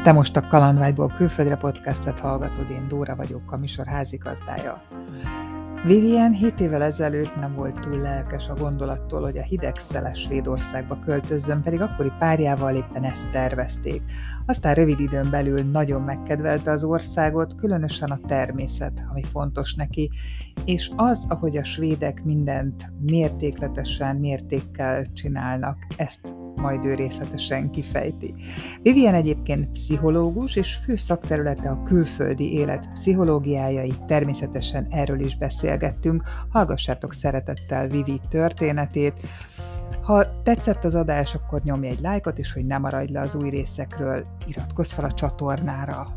Te most a Kalandvágyból külföldre podcastet hallgatod, én Dóra vagyok, a műsor házigazdája. Vivian 7 évvel ezelőtt nem volt túl lelkes a gondolattól, hogy a hideg szeles Svédországba költözzön, pedig akkori párjával éppen ezt tervezték. Aztán rövid időn belül nagyon megkedvelte az országot, különösen a természet, ami fontos neki, és az, ahogy a svédek mindent mértékletesen, mértékkel csinálnak, ezt majd ő részletesen kifejti. Vivian egyébként pszichológus, és fő szakterülete a külföldi élet pszichológiája, így természetesen erről is beszélgettünk. Hallgassátok szeretettel Vivi történetét. Ha tetszett az adás, akkor nyomj egy lájkot, és hogy ne maradj le az új részekről, iratkozz fel a csatornára.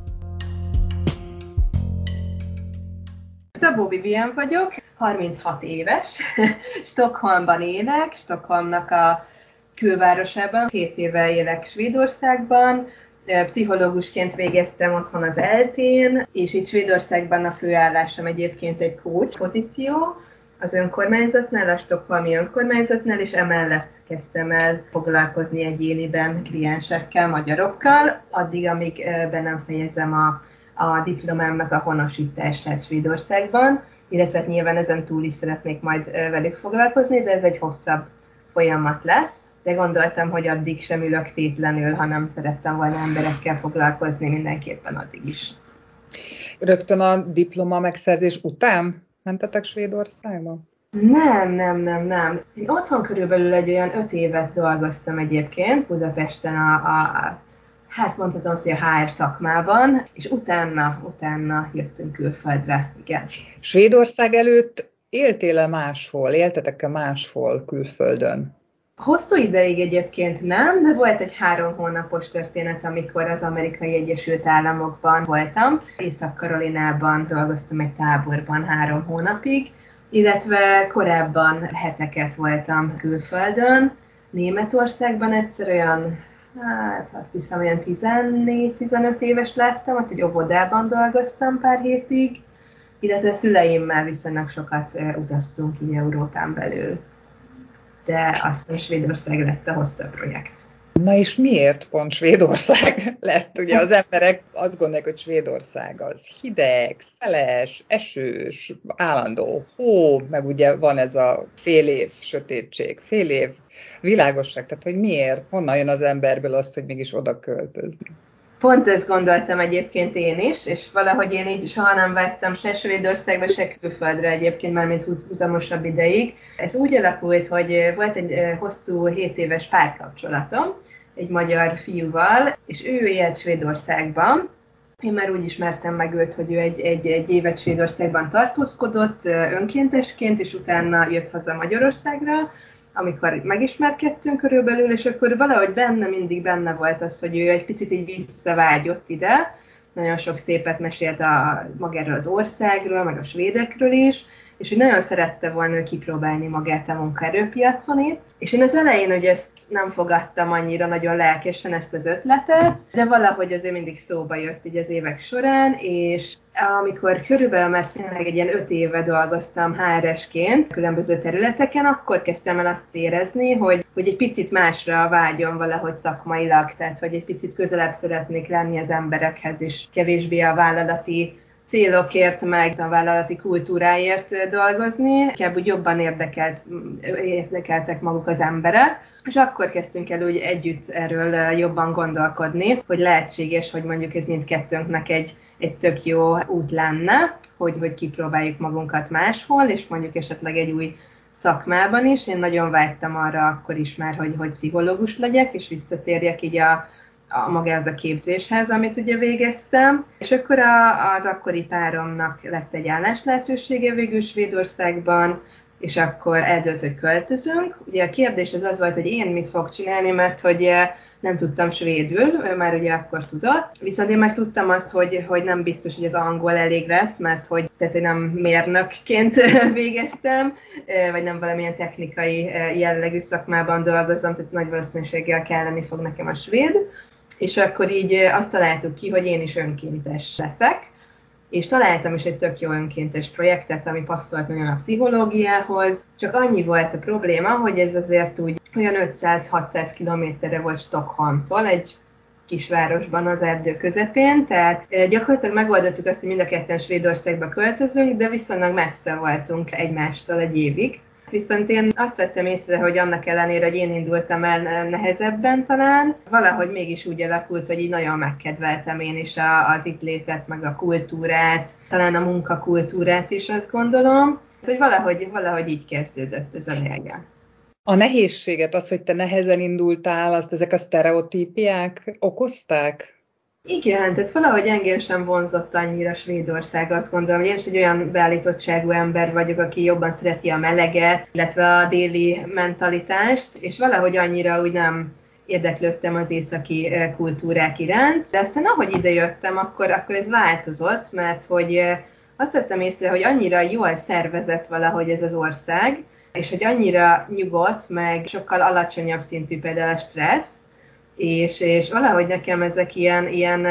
Szabó Vivian vagyok, 36 éves, Stockholmban élek, Stockholmnak a külvárosában, 7 éve élek Svédországban, pszichológusként végeztem otthon az ELTE-n, és itt Svédországban a főállásom egyébként egy coach pozíció az önkormányzatnál, a stockholmi önkormányzatnál, és emellett kezdtem el foglalkozni egyéniben kliensekkel, magyarokkal, addig, amíg be nem fejezem a diplomámnak a honosítását Svédországban, illetve nyilván ezen túl is szeretnék majd velük foglalkozni, de ez egy hosszabb folyamat lesz. De gondoltam, hogy addig sem ülök tétlenül, hanem szerettem volna emberekkel foglalkozni mindenképpen addig is. Rögtön a diploma megszerzés után mentetek Svédországba? Nem. Én otthon körülbelül egy olyan 5 évet dolgoztam egyébként Budapesten hát mondhatom azt, hogy a HR szakmában, és utána jöttünk külföldre, igen. Svédország előtt éltél-e máshol? Éltetek-e máshol külföldön? Hosszú ideig egyébként nem, de volt egy 3 hónapos történet, amikor az Amerikai Egyesült Államokban voltam. Észak-Karolinában dolgoztam egy táborban 3 hónapig, illetve korábban heteket voltam külföldön. Németországban egyszer olyan, azt hiszem olyan 14-15 éves lettem, ott egy óvodában dolgoztam pár hétig, illetve szüleimmel viszonylag sokat utaztunk így Európán belül. De aztán Svédország lett a hosszabb projekt. Na és miért pont Svédország lett? Ugye az emberek azt gondolják, hogy Svédország az hideg, szeles, esős, állandó hó, meg ugye van ez a fél év sötétség, fél év világosság, tehát hogy miért, honnan jön az emberből az, hogy mégis oda költözni? Pont ezt gondoltam egyébként én is, és valahogy én így soha nem vágytam se Svédországba, se külföldre egyébként, mármint húzamosabb ideig. Ez úgy alakult, hogy volt egy hosszú 7 éves párkapcsolatom egy magyar fiúval, és ő élt Svédországban. Én már úgy ismertem meg őt, hogy ő egy évet Svédországban tartózkodott önkéntesként, és utána jött haza Magyarországra, amikor megismerkedtünk körülbelül, és akkor valahogy mindig benne volt az, hogy ő egy picit így visszavágyott ide. Nagyon sok szépet mesélt magáról az országról, meg a svédekről is, és hogy nagyon szerette volna kipróbálni magát a munkaerőpiacon itt. És én az elején ugye ezt nem fogadtam annyira nagyon lelkesen ezt az ötletet, de valahogy azért mindig szóba jött így az évek során, és amikor körülbelül már tényleg egy ilyen 5 éve dolgoztam HR-esként különböző területeken, akkor kezdtem el azt érezni, hogy egy picit másra vágyom valahogy szakmailag, tehát hogy egy picit közelebb szeretnék lenni az emberekhez, és kevésbé a vállalati célokért, meg a vállalati kultúráért dolgozni, inkább úgy jobban érdekeltek maguk az emberek. És akkor kezdtünk el úgy együtt erről jobban gondolkodni, hogy lehetséges, hogy mondjuk ez mindkettőnknek egy tök jó út lenne, hogy kipróbáljuk magunkat máshol, és mondjuk esetleg egy új szakmában is. Én nagyon vágytam arra akkor is már, hogy pszichológus legyek, és visszatérjek így magához a képzéshez, amit ugye végeztem. És akkor az akkori páromnak lett egy álláslehetősége végül Svédországban, és akkor eldőlt, hogy költözünk. Ugye a kérdés az volt, hogy én mit fog csinálni, mert hogy nem tudtam svédül, ő már ugye akkor tudott. Viszont én meg tudtam azt, hogy nem biztos, hogy az angol elég lesz, mert hogy nem mérnökként végeztem, vagy nem valamilyen technikai jellegű szakmában dolgozom, tehát nagy valószínűséggel kelleni fog nekem a svéd. És akkor így azt találtuk ki, hogy én is önkéntes leszek. És találtam is egy tök jó önkéntes projektet, ami passzolt nagyon a pszichológiához. Csak annyi volt a probléma, hogy ez azért úgy olyan 500-600 kilométerre volt Stockholmtól, egy kisvárosban az erdő közepén, tehát gyakorlatilag megoldottuk azt, hogy mind a ketten Svédországba költözünk, de viszonylag messze voltunk egymástól egy évig. Viszont én azt vettem észre, hogy annak ellenére, hogy én indultam el nehezebben talán, valahogy mégis úgy alakult, hogy így nagyon megkedveltem én is az itt létet, meg a kultúrát, talán a munkakultúrát is, azt gondolom. Hogy valahogy így kezdődött ez a lényeg. A nehézséget, az, hogy te nehezen indultál, azt ezek a sztereotípiák okozták? Igen, tehát valahogy engem sem vonzott annyira Svédország, azt gondolom, hogy én is egy olyan beállítottságú ember vagyok, aki jobban szereti a meleget, illetve a déli mentalitást, és valahogy annyira úgy nem érdeklődtem az északi kultúrák iránt. De aztán ahogy idejöttem, akkor ez változott, mert hogy azt vettem észre, hogy annyira jól szervezett valahogy ez az ország, és hogy annyira nyugodt, meg sokkal alacsonyabb szintű például a stressz, és valahogy nekem ezek ilyen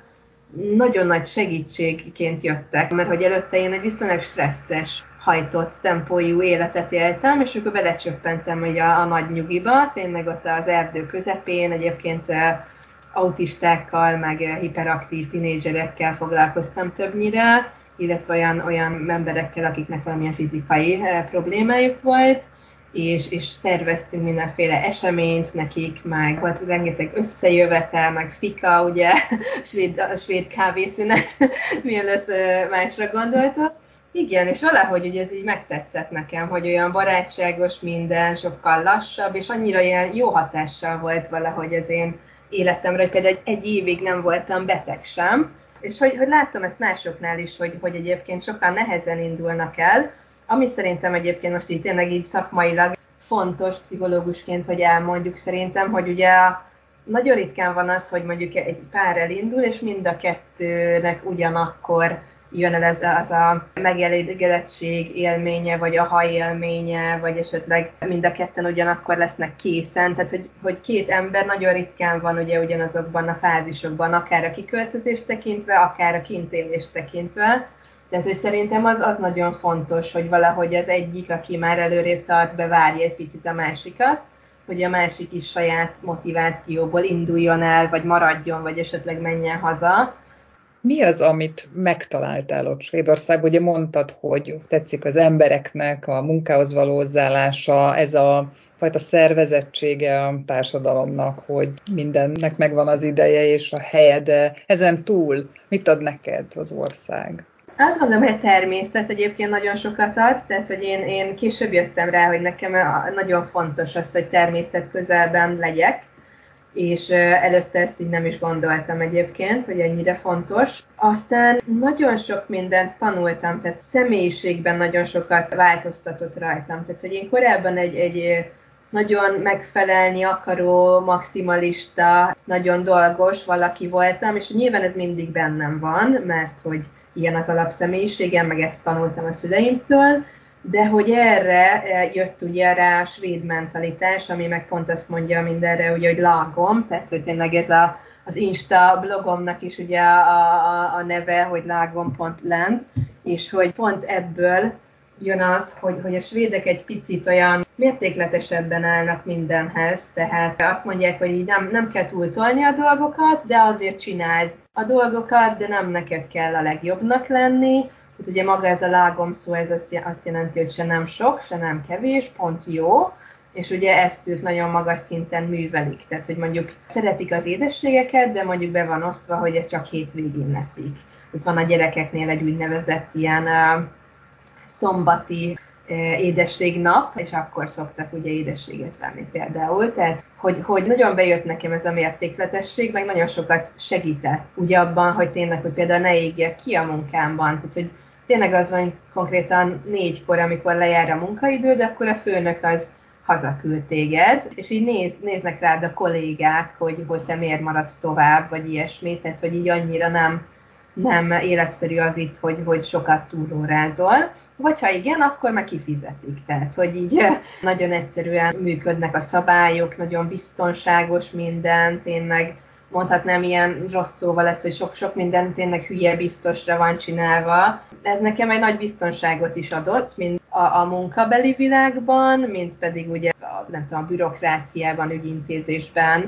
nagyon nagy segítségként jöttek, mert hogy előtte én egy viszonylag stresszes, hajtott tempójú életet éltem, és akkor belecsöppentem ugye a nagy nyugiba, tényleg ott az erdő közepén, egyébként autistákkal, meg hiperaktív tinédzserekkel foglalkoztam többnyire, illetve olyan emberekkel, akiknek valamilyen fizikai problémájuk volt, és szerveztünk mindenféle eseményt nekik, meg volt rengeteg összejövetel, meg fika, ugye, a svéd kávészünet, mielőtt másra gondoltak. Igen, és valahogy ugye ez így megtetszett nekem, hogy olyan barátságos minden, sokkal lassabb, és annyira ilyen jó hatással volt valahogy az én életemre, hogy például egy évig nem voltam beteg sem, és hogy láttam ezt másoknál is, hogy egyébként sokkal nehezen indulnak el, ami szerintem egyébként most így tényleg így szakmailag fontos pszichológusként, hogy elmondjuk szerintem, hogy ugye nagyon ritkán van az, hogy mondjuk egy pár elindul, és mind a kettőnek ugyanakkor jön el az a megelégedettség élménye, vagy aha élménye, vagy esetleg mind a ketten ugyanakkor lesznek készen. Tehát, hogy két ember nagyon ritkán van ugye ugyanazokban a fázisokban, akár a kiköltözést tekintve, akár a kintélést tekintve. Tehát, hogy szerintem az nagyon fontos, hogy valahogy az egyik, aki már előrébb tart, bevárja egy picit a másikat, hogy a másik is saját motivációból induljon el, vagy maradjon, vagy esetleg menjen haza. Mi az, amit megtaláltál ott Svédországban? Ugye mondtad, hogy tetszik az embereknek a munkához való hozzáállása, ez a fajta szervezettsége a társadalomnak, hogy mindennek megvan az ideje és a helye, de ezen túl mit ad neked az ország? Azt gondolom, hogy a természet egyébként nagyon sokat ad, tehát hogy én később jöttem rá, hogy nekem nagyon fontos az, hogy természet közelben legyek, és előtte ezt így nem is gondoltam egyébként, hogy ennyire fontos. Aztán nagyon sok mindent tanultam, tehát személyiségben nagyon sokat változtatott rajtam. Tehát, hogy én korábban egy nagyon megfelelni akaró, maximalista, nagyon dolgos valaki voltam, és nyilván ez mindig bennem van, mert hogy ilyen az alapszemélyiségem, meg ezt tanultam a szüleimtől, de hogy erre jött ugye rá a svéd mentalitás, ami meg pont azt mondja mindenre, ugye, hogy lagom, tehát hogy tényleg ez az Insta blogomnak is ugye a neve, hogy lagom.land, és hogy pont ebből jön az, hogy a svédek egy picit olyan mértékletesebben állnak mindenhez, tehát azt mondják, hogy így nem kell túltolni a dolgokat, de azért csináld a dolgokat, de nem neked kell a legjobbnak lenni. Tehát ugye maga ez a lágom szó, ez azt jelenti, hogy se nem sok, se nem kevés, pont jó, és ugye ezt ők nagyon magas szinten művelik. Tehát, hogy mondjuk szeretik az édességeket, de mondjuk be van osztva, hogy ez csak hétvégén leszik. Ez van a gyerekeknél egy úgynevezett ilyen szombati édességnap, és akkor szoktak ugye édességet venni például. Tehát, hogy nagyon bejött nekem ez a mértékletesség, meg nagyon sokat segített ugye abban, hogy tényleg, hogy például ne égjek ki a munkámban. Tehát, hogy tényleg az van konkrétan 4-kor, amikor lejár a munkaidőd, akkor a főnök az hazaküld téged, és így néznek rád a kollégák, hogy te miért maradsz tovább, vagy ilyesmi, tehát hogy így annyira nem életszerű az itt, hogy sokat túlórázol, vagy ha igen, akkor meg kifizetik. Tehát, hogy így nagyon egyszerűen működnek a szabályok, nagyon biztonságos minden, tényleg mondhatnám ilyen rossz szóval lesz, hogy sok minden tényleg hülye biztosra van csinálva. Ez nekem egy nagy biztonságot is adott, mint a munkabeli világban, mint pedig ugye nem tudom, a bürokráciában, ügyintézésben,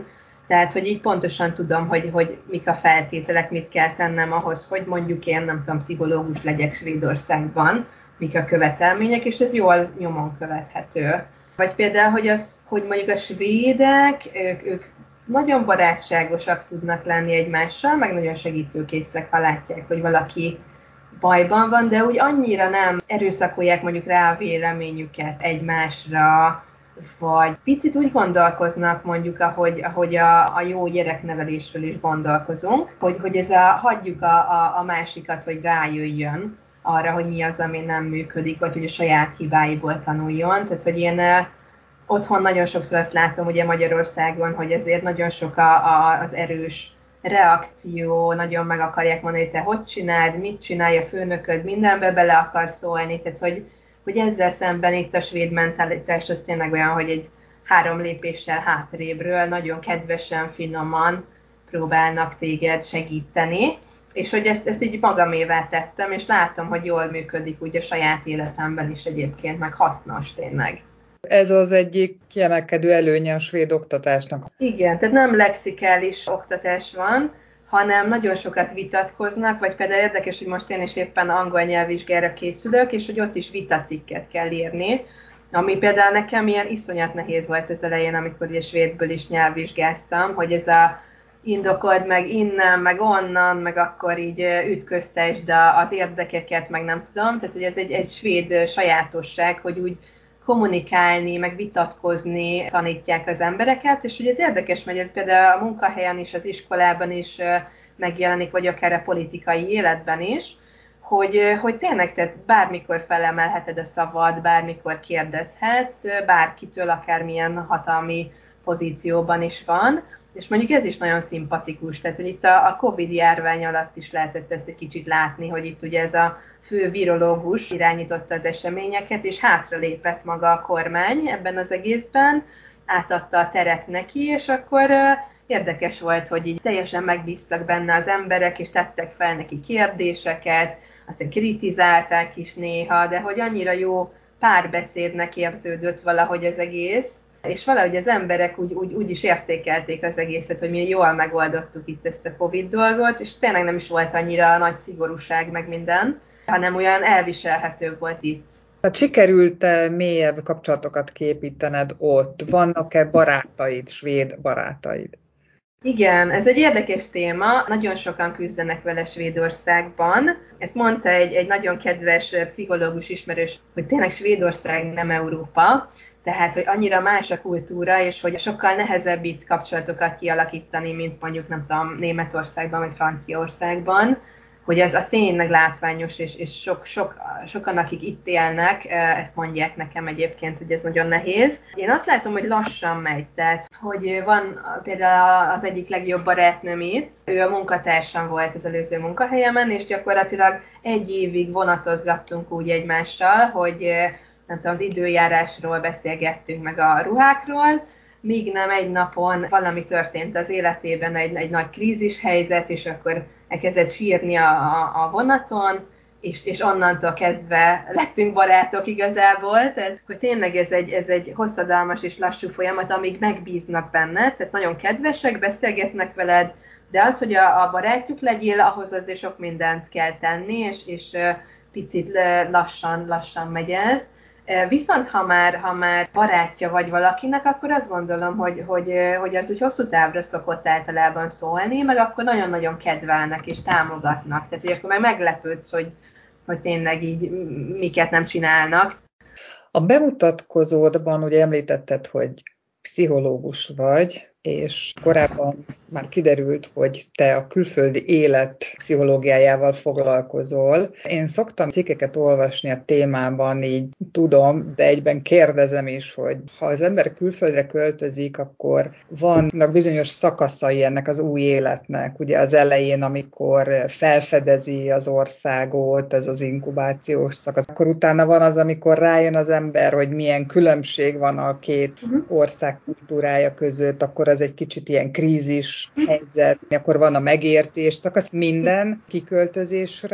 Tehát, hogy így pontosan tudom, hogy mik a feltételek, mit kell tennem ahhoz, hogy mondjuk én, nem tudom, pszichológus legyek Svédországban, mik a követelmények, és ez jól nyomon követhető. Vagy például, hogy mondjuk a svédek, ők nagyon barátságosak tudnak lenni egymással, meg nagyon segítőkészek, ha látják, hogy valaki bajban van, de úgy annyira nem erőszakolják mondjuk rá a véleményüket egymásra, vagy picit úgy gondolkoznak mondjuk, ahogy a jó gyereknevelésről is gondolkozunk, hogy ez hagyjuk a másikat, hogy rájöjjön arra, hogy mi az, ami nem működik, vagy hogy a saját hibáiból tanuljon. Tehát, hogy én otthon nagyon sokszor azt látom, ugye Magyarországon, hogy ezért nagyon sok az erős reakció, nagyon meg akarják mondani, hogy te hogy csináld, mit csinálja a főnököd, mindenbe bele akar szólni, tehát hogy ezzel szemben itt a svéd mentalitás az tényleg olyan, hogy egy 3 lépéssel hátrébről nagyon kedvesen, finoman próbálnak téged segíteni, és hogy ezt így magamévá tettem, és látom, hogy jól működik úgy a saját életemben is egyébként, meg hasznos tényleg. Ez az egyik kiemelkedő előnye a svéd oktatásnak. Igen, tehát nem lexikális oktatás van, hanem nagyon sokat vitatkoznak, vagy például érdekes, hogy most én is éppen angol nyelvvizsgára készülök, és hogy ott is vitacikket kell írni, ami például nekem ilyen iszonyat nehéz volt az elején, amikor ugye svédből is nyelvvizsgáztam, hogy ez a indokold meg innen, meg onnan, meg akkor így ütköztesd az érdekeket, meg nem tudom. Tehát, hogy ez egy svéd sajátosság, hogy úgy kommunikálni, meg vitatkozni tanítják az embereket, és ugye ez érdekes, mert ez például a munkahelyen is, az iskolában is megjelenik, vagy akár a politikai életben is, hogy tényleg te bármikor felemelheted a szavad, bármikor kérdezhetsz, bárkitől akármilyen hatalmi pozícióban is van, és mondjuk ez is nagyon szimpatikus, tehát hogy itt a Covid járvány alatt is lehetett ezt egy kicsit látni, hogy itt ugye ez a fő virológus irányította az eseményeket, és hátralépett maga a kormány ebben az egészben, átadta a teret neki, és akkor érdekes volt, hogy így teljesen megbíztak benne az emberek, és tettek fel neki kérdéseket, aztán kritizálták is néha, de hogy annyira jó párbeszédnek érződött valahogy az egész, és valahogy az emberek úgy is értékelték az egészet, hogy mi jól megoldottuk itt ezt a Covid dolgot, és tényleg nem is volt annyira nagy szigorúság meg minden, hanem olyan elviselhető volt itt. Hát sikerült-e mélyebb kapcsolatokat képítened ott? Vannak-e barátaid, svéd barátaid? Igen, ez egy érdekes téma, nagyon sokan küzdenek vele Svédországban. Ezt mondta egy nagyon kedves pszichológus ismerős, hogy tényleg Svédország nem Európa, tehát hogy annyira más a kultúra, és hogy sokkal nehezebb itt kapcsolatokat kialakítani, mint mondjuk nem tudom, Németországban vagy Franciaországban, hogy az tényleg látványos, és sokan, akik itt élnek, ezt mondják nekem egyébként, hogy ez nagyon nehéz. Én azt látom, hogy lassan megy, tehát hogy van például az egyik legjobb barátnőm itt, ő a munkatársam volt az előző munkahelyemen, és gyakorlatilag 1 évig vonatozgattunk úgy egymással, hogy nem tudom, az időjárásról beszélgettünk, meg a ruhákról, míg nem egy napon valami történt az életében, egy nagy krízis helyzet, és akkor elkezdett sírni a vonaton, és onnantól kezdve lettünk barátok igazából, tehát hogy tényleg ez egy hosszadalmas és lassú folyamat, amíg megbíznak benned, tehát nagyon kedvesek, beszélgetnek veled, de az, hogy a barátjuk legyél, ahhoz azért sok mindent kell tenni, és picit lassan megy ez. Viszont ha már barátja vagy valakinek, akkor azt gondolom, hogy az úgy hosszú távra szokott általában szólni, meg akkor nagyon-nagyon kedvelnek és támogatnak. Tehát, hogy akkor meg meglepődsz, hogy tényleg így miket nem csinálnak. A bemutatkozódban ugye említetted, hogy pszichológus vagy, és korábban már kiderült, hogy te a külföldi élet pszichológiájával foglalkozol. Én szoktam cikkeket olvasni a témában, így tudom, de egyben kérdezem is, hogy ha az ember külföldre költözik, akkor vannak bizonyos szakaszai ennek az új életnek. Ugye az elején, amikor felfedezi az országot, ez az inkubációs szakasz. Akkor utána van az, amikor rájön az ember, hogy milyen különbség van a két ország kultúrája között, akkor az egy kicsit ilyen krízis helyzet, akkor van a megértés szakasz. Minden kiköltözésre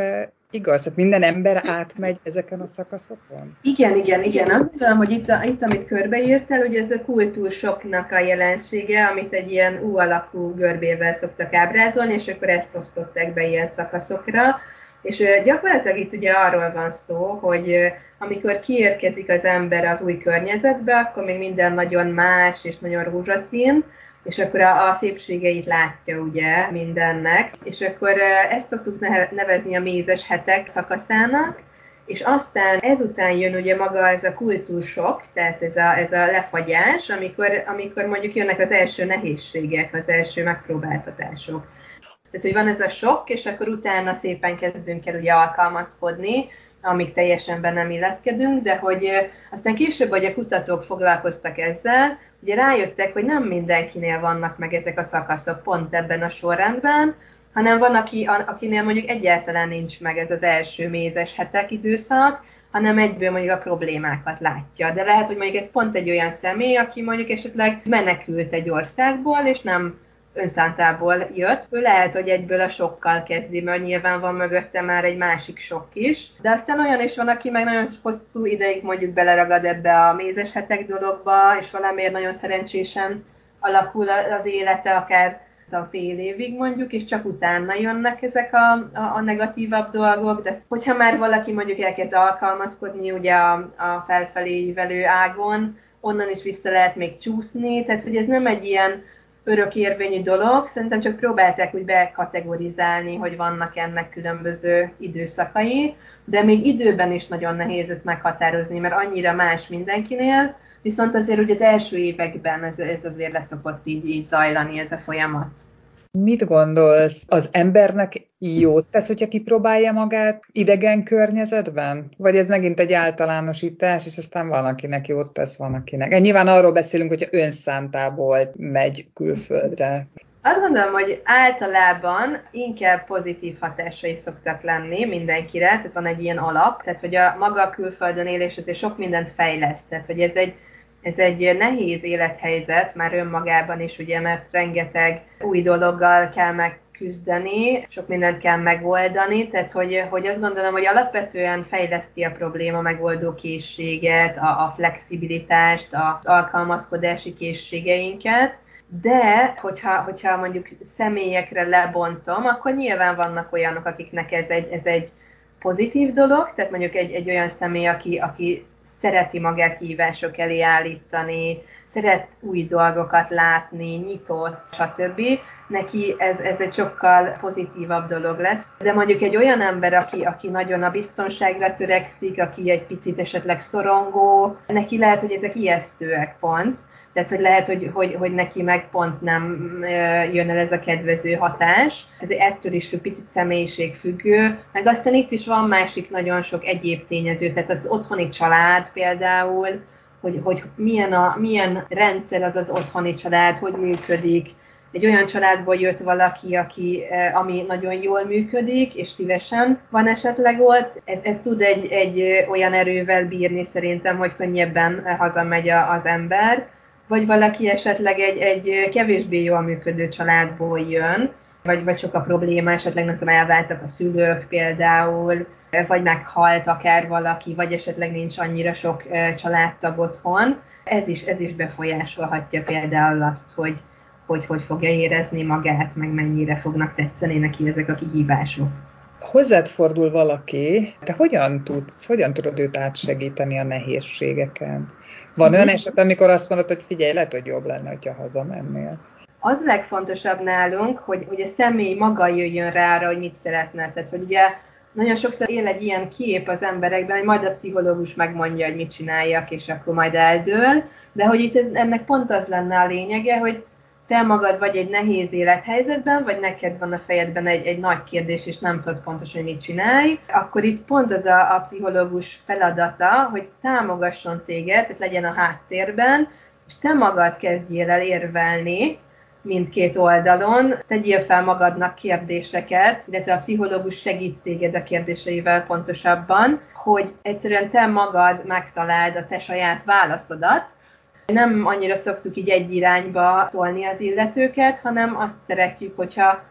Igaz, tehát minden ember átmegy ezeken a szakaszokon? Igen. Azt gondolom, hogy itt amit körbeírtál, ugye ez a kultúrsoknak a jelensége, amit egy ilyen U alakú görbével szoktak ábrázolni, és akkor ezt osztották be ilyen szakaszokra. És gyakorlatilag itt ugye arról van szó, hogy amikor kiérkezik az ember az új környezetbe, akkor még minden nagyon más és nagyon rózsaszín, és akkor a szépségeit látja ugye mindennek, és akkor ezt szoktuk nevezni a mézes hetek szakaszának, és aztán ezután jön ugye maga ez a kultúrsok, tehát ez a lefagyás, amikor mondjuk jönnek az első nehézségek, az első megpróbáltatások. Tehát, hogy van ez a sok, és akkor utána szépen kezdünk el ugye alkalmazkodni, amíg teljesen be nem illeszkedünk, de hogy aztán később, hogy a kutatók foglalkoztak ezzel, ugye rájöttek, hogy nem mindenkinél vannak meg ezek a szakaszok pont ebben a sorrendben, hanem van, akinél mondjuk egyáltalán nincs meg ez az első mézes hetek időszak, hanem egyből mondjuk a problémákat látja. De lehet, hogy mondjuk ez pont egy olyan személy, aki mondjuk esetleg menekült egy országból, és nem önszántából jött. Ő lehet, hogy egyből a sokkal kezdi, mert nyilván van mögötte már egy másik sok is. De aztán olyan is van, aki meg nagyon hosszú ideig mondjuk beleragad ebbe a mézes hetek dologba, és valamiért nagyon szerencsésen alakul az élete, akár a fél évig mondjuk, és csak utána jönnek ezek a negatívabb dolgok, de hogyha már valaki mondjuk elkezd alkalmazkodni ugye a felfelé ívelő ágon, onnan is vissza lehet még csúszni, tehát hogy ez nem egy ilyen örökérvényű dolog, szerintem csak próbálták úgy bekategorizálni, hogy vannak ennek különböző időszakai, de még időben is nagyon nehéz ezt meghatározni, mert annyira más mindenkinél, viszont azért ugye az első években ez azért leszokott így zajlani ez a folyamat. Mit gondolsz, az embernek jót tesz, hogyha kipróbálja magát idegen környezetben? Vagy ez megint egy általánosítás, és aztán van, akinek jót tesz, van, akinek. Nyilván arról beszélünk, hogyha önszántából megy külföldre. Azt gondolom, hogy általában inkább pozitív hatásai szoktak lenni mindenkire, tehát van egy ilyen alap, tehát hogy a maga a külföldön élés azért sok mindent fejleszt, tehát hogy ez egy nehéz élethelyzet már önmagában is, ugye, mert rengeteg új dologgal kell megküzdeni, sok mindent kell megoldani, tehát hogy azt gondolom, hogy alapvetően fejleszti a probléma megoldó készséget, a flexibilitást, az alkalmazkodási készségeinket, de hogyha mondjuk személyekre lebontom, akkor nyilván vannak olyanok, akiknek ez egy pozitív dolog, tehát mondjuk egy olyan személy, aki szereti magát kihívások elé állítani, szeret új dolgokat látni, nyitott, stb. Neki ez egy sokkal pozitívabb dolog lesz. De mondjuk egy olyan ember, aki nagyon a biztonságra törekszik, aki egy picit esetleg szorongó, neki lehet, hogy ezek ijesztőek pont. Tehát, hogy lehet, hogy neki meg pont nem jön el ez a kedvező hatás. Ez ettől is picit személyiségfüggő. Meg aztán itt is van másik nagyon sok egyéb tényező, tehát az otthoni család például, hogy milyen rendszer az otthoni család, hogy működik. Egy olyan családból jött valaki, ami nagyon jól működik, és szívesen van esetleg ott. Ez tud egy olyan erővel bírni szerintem, hogy könnyebben hazamegy az ember. Vagy valaki esetleg egy kevésbé jól működő családból jön, vagy sok a probléma, esetleg nem tudom, elváltak a szülők például, vagy meghalt akár valaki, vagy esetleg nincs annyira sok családtag otthon. Ez is befolyásolhatja például azt, hogy fogja érezni magát, meg mennyire fognak tetszeni neki ezek a kihívások. Hozzád fordul valaki, te hogyan tudod őt átsegíteni a nehézségeken? Van olyan eset, amikor azt mondod, hogy figyelj, lehet, hogy jobb lenne, hogyha hazamennél. Az legfontosabb nálunk, hogy a személy maga jöjjön rá arra, hogy mit szeretne. Tehát, hogy ugye nagyon sokszor él egy ilyen kép az emberekben, hogy majd a pszichológus megmondja, hogy mit csináljak, és akkor majd eldől. De hogy itt ennek pont az lenne a lényege, hogy te magad vagy egy nehéz élethelyzetben, vagy neked van a fejedben egy nagy kérdés, és nem tudod pontosan, hogy mit csinálj, akkor itt pont az a pszichológus feladata, hogy támogasson téged, tehát legyen a háttérben, és te magad kezdjél el érvelni, mindkét oldalon, tegyél fel magadnak kérdéseket, illetve a pszichológus segít téged a kérdéseivel pontosabban, hogy egyszerűen te magad megtaláld a te saját válaszodat. Nem annyira szoktuk így egy irányba tolni az illetőket, hanem azt szeretjük, hogyha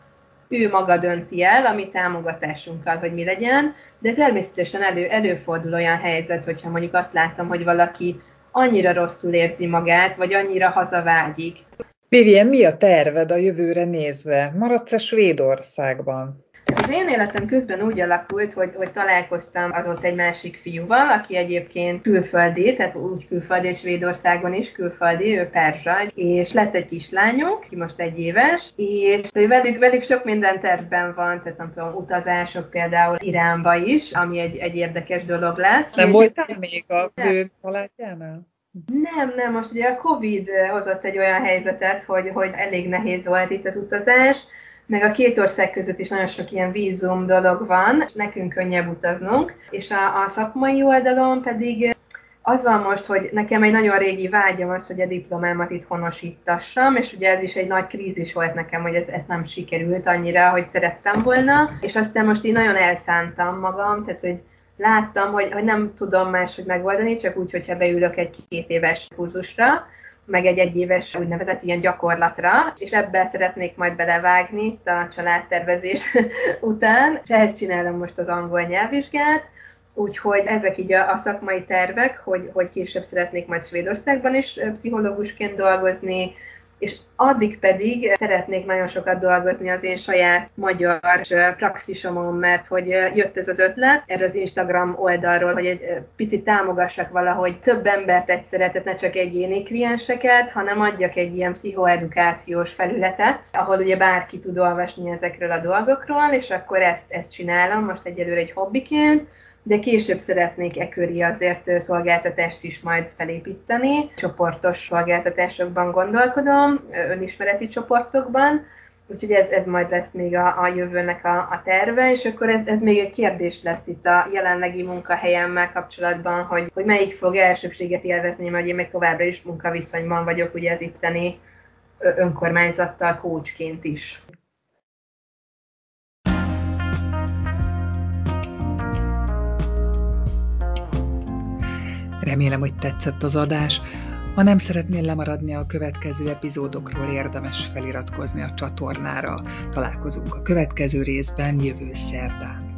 ő maga dönti el, a mi támogatásunkkal, hogy mi legyen, de természetesen előfordul olyan helyzet, hogyha mondjuk azt látom, hogy valaki annyira rosszul érzi magát, vagy annyira hazavágyik. Vivien, mi a terved a jövőre nézve? Maradsz-e Svédországban? Az én életem közben úgy alakult, hogy találkoztam azóta egy másik fiúval, aki egyébként külföldi, tehát úgy külföldi, és Svédországban is külföldi, ő perzsa, és lett egy kislányunk, ki most 1 éves, és velük sok minden tervben van, tehát nem tudom, utazások például Iránba is, ami egy érdekes dolog lesz. Nem voltál még az ő családjánál? Nem, most ugye a Covid hozott egy olyan helyzetet, hogy elég nehéz volt itt az utazás, meg a 2 ország között is nagyon sok ilyen vízum dolog van, és nekünk könnyebb utaznunk, és a szakmai oldalon pedig az van most, hogy nekem egy nagyon régi vágyam az, hogy a diplomámat itt honosítassam, és ugye ez is egy nagy krízis volt nekem, hogy ez nem sikerült annyira, hogy szerettem volna, és aztán most így nagyon elszántam magam, tehát hogy láttam, hogy nem tudom máshogy megoldani, csak úgy, hogyha beülök egy 2 éves kurzusra, meg egy 1 éves úgynevezett ilyen gyakorlatra, és ebben szeretnék majd belevágni itt a családtervezés után, és ehhez csinálom most az angol nyelvvizsgát, úgyhogy ezek így a szakmai tervek, hogy később szeretnék majd Svédországban is pszichológusként dolgozni, és addig pedig szeretnék nagyon sokat dolgozni az én saját magyar praxisomon, mert hogy jött ez az ötlet erre az Instagram oldalról, hogy egy picit támogassak valahogy több embert egyszerre, tehát ne csak egyéni klienseket, hanem adjak egy ilyen pszichoedukációs felületet, ahol ugye bárki tud olvasni ezekről a dolgokról, és akkor ezt csinálom most egyelőre egy hobbiként, de később szeretnék köré azért szolgáltatást is majd felépíteni. Csoportos szolgáltatásokban gondolkodom, önismereti csoportokban, úgyhogy ez majd lesz még a jövőnek a terve, és akkor ez még egy kérdés lesz itt a jelenlegi munkahelyemmel kapcsolatban, hogy melyik fog elsőbséget élvezni, mert én még továbbra is munkaviszonyban vagyok ugye az itteni önkormányzattal coachként is. Remélem, hogy tetszett az adás. Ha nem szeretnél lemaradni a következő epizódokról, érdemes feliratkozni a csatornára. Találkozunk a következő részben jövő szerdán.